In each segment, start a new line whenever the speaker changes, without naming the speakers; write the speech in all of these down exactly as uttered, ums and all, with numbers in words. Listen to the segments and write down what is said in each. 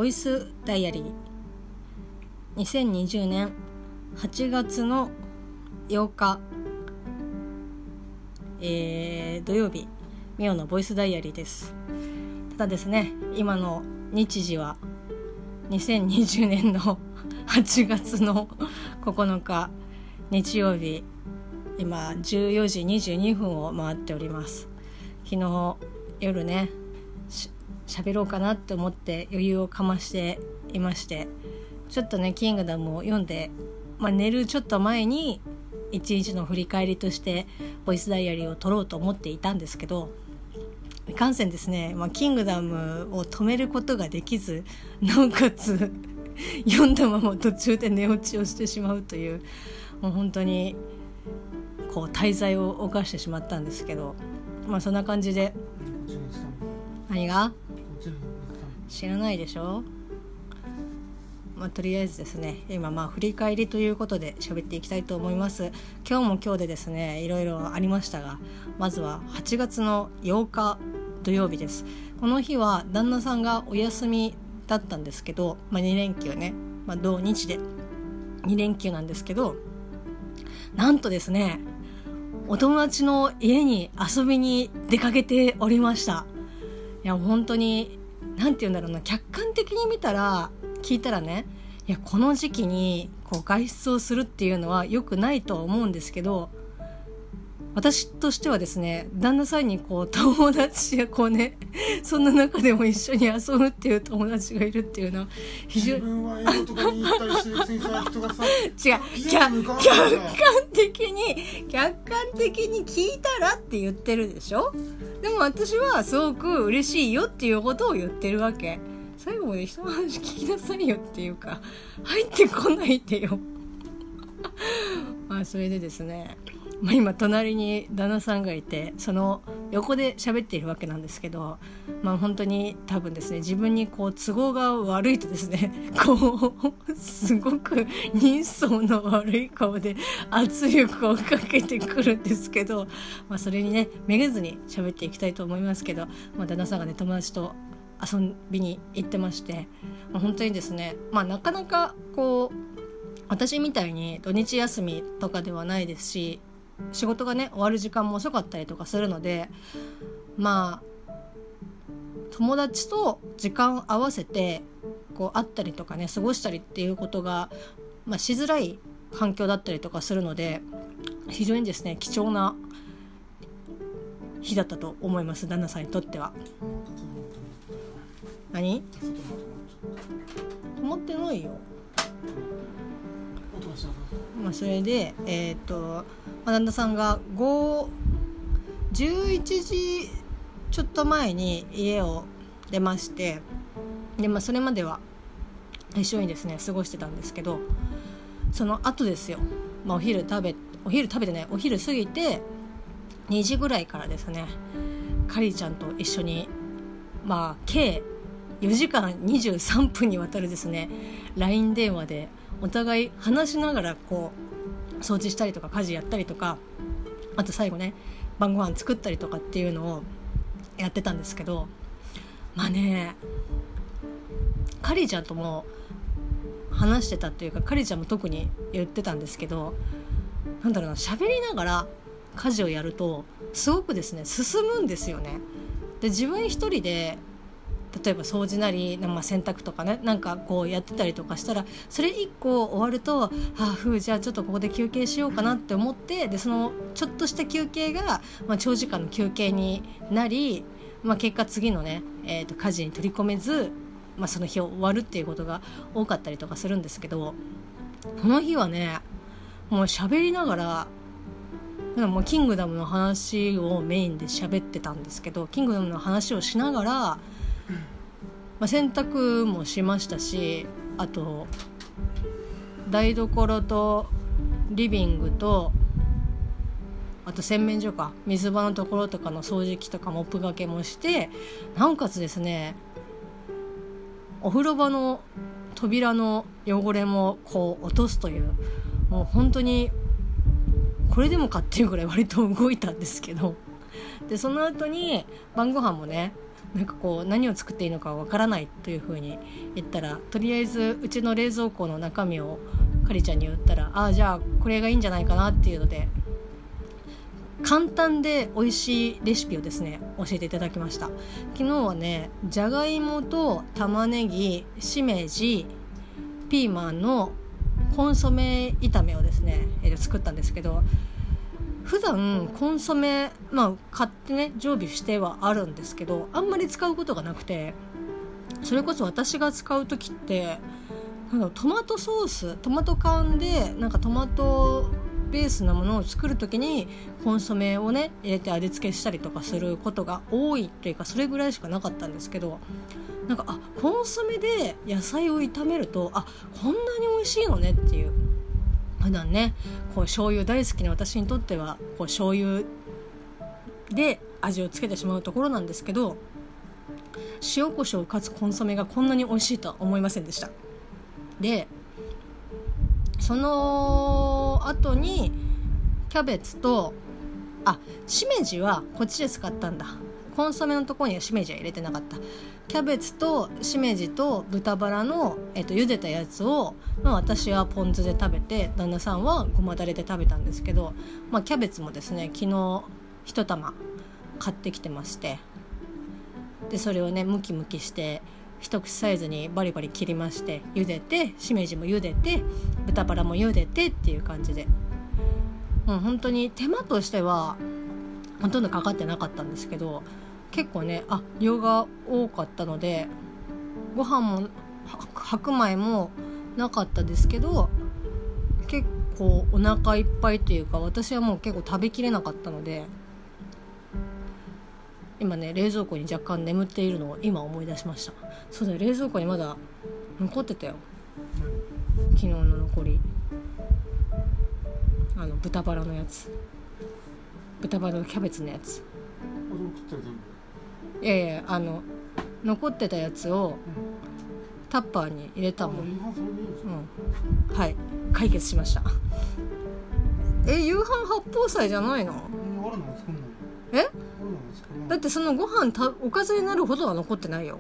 ボイスダイアリーにせんにじゅうねんはちがつのようか、えー、土曜日、ミオのボイスダイアリーです。ただですね、今の日時はにせんにじゅうねんのはちがつのここのか日曜日、今じゅうよじにじゅうにふんを回っております。昨日夜ね、し喋ろうかなって思って余裕をかましていまして、ちょっとねキングダムを読んで、まあ、寝るちょっと前に一日の振り返りとしてボイスダイアリーを撮ろうと思っていたんですけど、いかんせんですね、まあ、キングダムを止めることができず、なおかつ読んだまま途中で寝落ちをしてしまうという、もう本当にこう滞在を犯してしまったんですけど、まあそんな感じで。何が知らないでしょ。まあ、とりあえずですね、今まあ振り返りということで喋っていきたいと思います。今日も今日でですね、いろいろありましたが、まずははちがつのようか土曜日です。この日は旦那さんがお休みだったんですけど、まあ、に連休ね、まあ、土日でに連休なんですけど、なんとですね、お友達の家に遊びに出かけておりました。いや本当になんて言うんだろうな、客観的に見たら聞いたらね、いやこの時期にこう外出をするっていうのは良くないとは思うんですけど、私としてはですね、旦那さんにこう友達やこうね、そんな中でも一緒に遊ぶっていう友達がいるっていうのは非常に、
自分は映画とかに行ったりして別にさ、人がさ、
違う、客観的に客観的に聞いたらって言ってるでしょ。でも私はすごく嬉しいよっていうことを言ってるわけ。最後まで人の話聞きなさいよっていうか、入ってこないでよまあそれでですね、まあ、今隣に旦那さんがいて、その横で喋っているわけなんですけど、まあ本当に多分ですね、自分にこう都合が悪いとですね、こうすごく人相の悪い顔で圧力をかけてくるんですけど、まあそれにねめげずに喋っていきたいと思いますけど、まあ、旦那さんがね友達と遊びに行ってまして、まあ、本当にですね、まあなかなかこう私みたいに土日休みとかではないですし、仕事がね終わる時間も遅かったりとかするので、まあ友達と時間合わせてこう会ったりとかね過ごしたりっていうことが、まあ、しづらい環境だったりとかするので、非常にですね貴重な日だったと思います、旦那さんにとっては。何？止まってないよ。まあ、それでえっと、まあ、旦那さんがじゅういちじちょっと前に家を出まして、で、まあ、それまでは一緒にですね過ごしてたんですけど、その後ですよ、まあ、お昼食べお昼食べてねお昼過ぎてにじぐらいからですね、カリーちゃんと一緒にまあ計よじかんにじゅうさんぷんにわたるですね ライン 電話でお互い話しながらこう掃除したりとか家事やったりとか、あと最後ね晩ご飯作ったりとかっていうのをやってたんですけど、まあねカリーちゃんとも話してたっていうか、カリーちゃんも特に言ってたんですけど、なんだろうな、喋りながら家事をやるとすごくですね進むんですよね。で自分一人で例えば掃除なり、まあ、洗濯とかねなんかこうやってたりとかしたら、それ一個終わると、ああふうじゃあちょっとここで休憩しようかなって思って、でそのちょっとした休憩が、まあ、長時間の休憩になり、まあ、結果次のね、えーと家事に取り込めず、まあ、その日を終わるっていうことが多かったりとかするんですけど、この日はねもう喋りながら、なんかもうキングダムの話をメインで喋ってたんですけど、キングダムの話をしながら、まあ、洗濯もしましたし、あと台所とリビングと、あと洗面所か水場のところとかの掃除機とかモップがけもして、なおかつですねお風呂場の扉の汚れもこう落とすという、もう本当にこれでもかっていうぐらい割と動いたんですけど、でその後に晩ご飯もねなんかこう何を作っていいのかわからないというふうに言ったら、とりあえずうちの冷蔵庫の中身をかりちゃんに言ったら、ああじゃあこれがいいんじゃないかなっていうので、簡単で美味しいレシピをですね教えていただきました。昨日はね、じゃがいもと玉ねぎ、しめじ、ピーマンのコンソメ炒めをですね、えー、作ったんですけど、普段コンソメ、まあ買ってね常備してはあるんですけど、あんまり使うことがなくて、それこそ私が使う時ってなんかトマトソース、トマト缶でなんかトマトベースなものを作る時にコンソメをね入れて味付けしたりとかすることが多いというか、それぐらいしかなかったんですけど、なんかあコンソメで野菜を炒めるとあこんなに美味しいのねっていう、普段ねこう醤油大好きな私にとってはこう醤油で味をつけてしまうところなんですけど、塩コショウかつコンソメがこんなに美味しいとは思いませんでした。でその後にキャベツとあしめじはこっちで使ったんだ、コンソメのところにはしめじは入れてなかった。キャベツとしめじと豚バラの、えっと、茹でたやつを、まあ、私はポン酢で食べて、旦那さんはごまだれで食べたんですけど、まあ、キャベツもですね昨日一玉買ってきてまして、でそれをねムキムキして一口サイズにバリバリ切りまして、茹でてしめじも茹でて豚バラも茹でてっていう感じで、もう本当に手間としてはほとんどかかってなかったんですけど、結構ねあ量が多かったので、ご飯も白米もなかったですけど、結構お腹いっぱいというか、私はもう結構食べきれなかったので、今ね冷蔵庫に若干眠っているのを今思い出しました。そうだよ、冷蔵庫にまだ残ってたよ、昨日の残り、あの豚バラのやつ、豚バラのキャベツのやつ、いやいやあの残ってたやつをタッパーに入れたもん、うん、はい解決しました。え夕飯八宝菜じゃないの？えだってそのご飯たおかずになるほどは残ってないよ。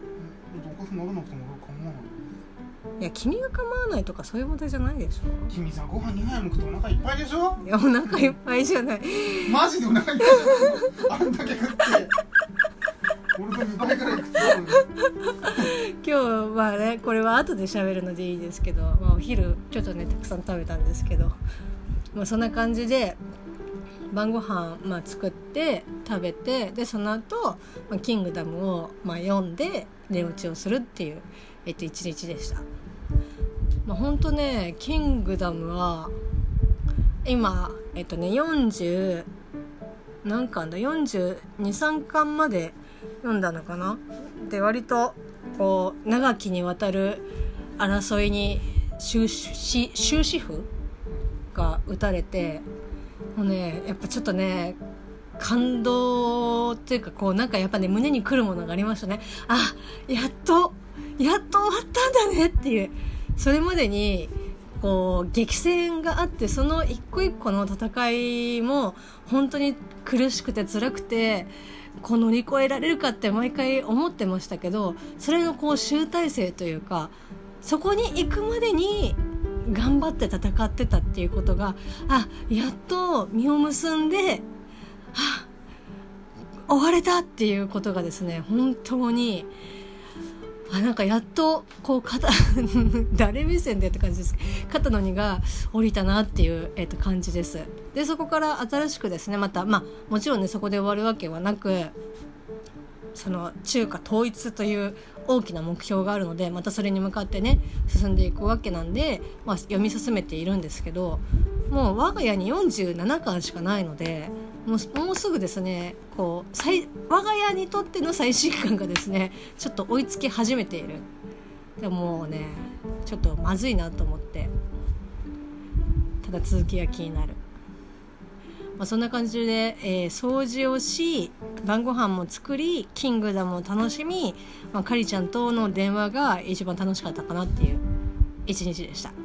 いや君が構わないとかそういう問題じゃないでしょ。
君さご飯にはいも食ってお腹いっぱいでしょ。
いやお腹いっぱいじゃない
マジでお腹いっぱいじゃんあんだけ食って俺とにばいくらい食ってたのに
今日はねこれは後で喋るのでいいですけど、まあ、お昼ちょっとねたくさん食べたんですけど、まあ、そんな感じで晩ご飯、まあ、作って食べて、でその後、まあ、キングダムを、まあ、読んで寝落ちをするっていう、えっと、一日でした。まあ、ほんとねキングダムは今、えっとね、よんじゅう何巻だよんじゅうに、さんかんまで読んだのかな。で割とこう長きにわたる争いに終止終止符が打たれて、もうねやっぱちょっとね感動っていうか、こうなんかやっぱね胸にくるものがありましたね。あやっとやっと終わったんだねっていう、それまでにこう激戦があって、その一個一個の戦いも本当に苦しくて辛くて、こう乗り越えられるかって毎回思ってましたけど、それのこう集大成というか、そこに行くまでに頑張って戦ってたっていうことが、あやっと実を結んで、あ終われたっていうことがですね、本当にあなんかやっとこう肩誰目線でって感じです。肩の荷が下りたなっていう、えー、と感じです。でそこから新しくですねまた、まあ、もちろんねそこで終わるわけはなく、その中華統一という大きな目標があるので、またそれに向かってね進んでいくわけなんで、まあ、読み進めているんですけど、もう我が家によんじゅうななかんしかないので、もう、もうすぐですねこう最我が家にとっての最新刊がですねちょっと追いつき始めている。でももうねちょっとまずいなと思って、ただ続きが気になる。まあ、そんな感じで、えー、掃除をし晩ご飯も作りキングダムを楽しみ、まあ、カリちゃんとの電話が一番楽しかったかなっていう一日でした。はい、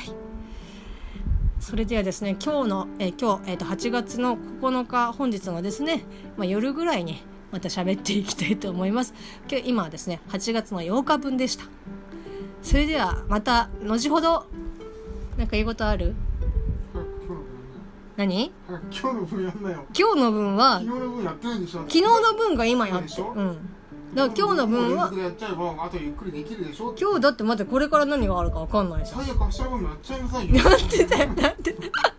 それではですね今日の、えー今日えー、とはちがつのここのか本日のですね、まあ、夜ぐらいにまた喋っていきたいと思います。今日今はですねはちがつのようかぶんでした。それではまた後ほど。なんか言うことある？何？
今日の分やんなよ。
今日の分は
昨日の分やってないんでしょ。
昨日の分が今やって
そうでしょ。
うんだから今日の分は
やっちゃえばあとゆっくりできるでしょ。
今日だってまだこれから何があるか分かんないじゃん。
最悪明日の分もやっちゃいなさいよ。
なんでだよなんで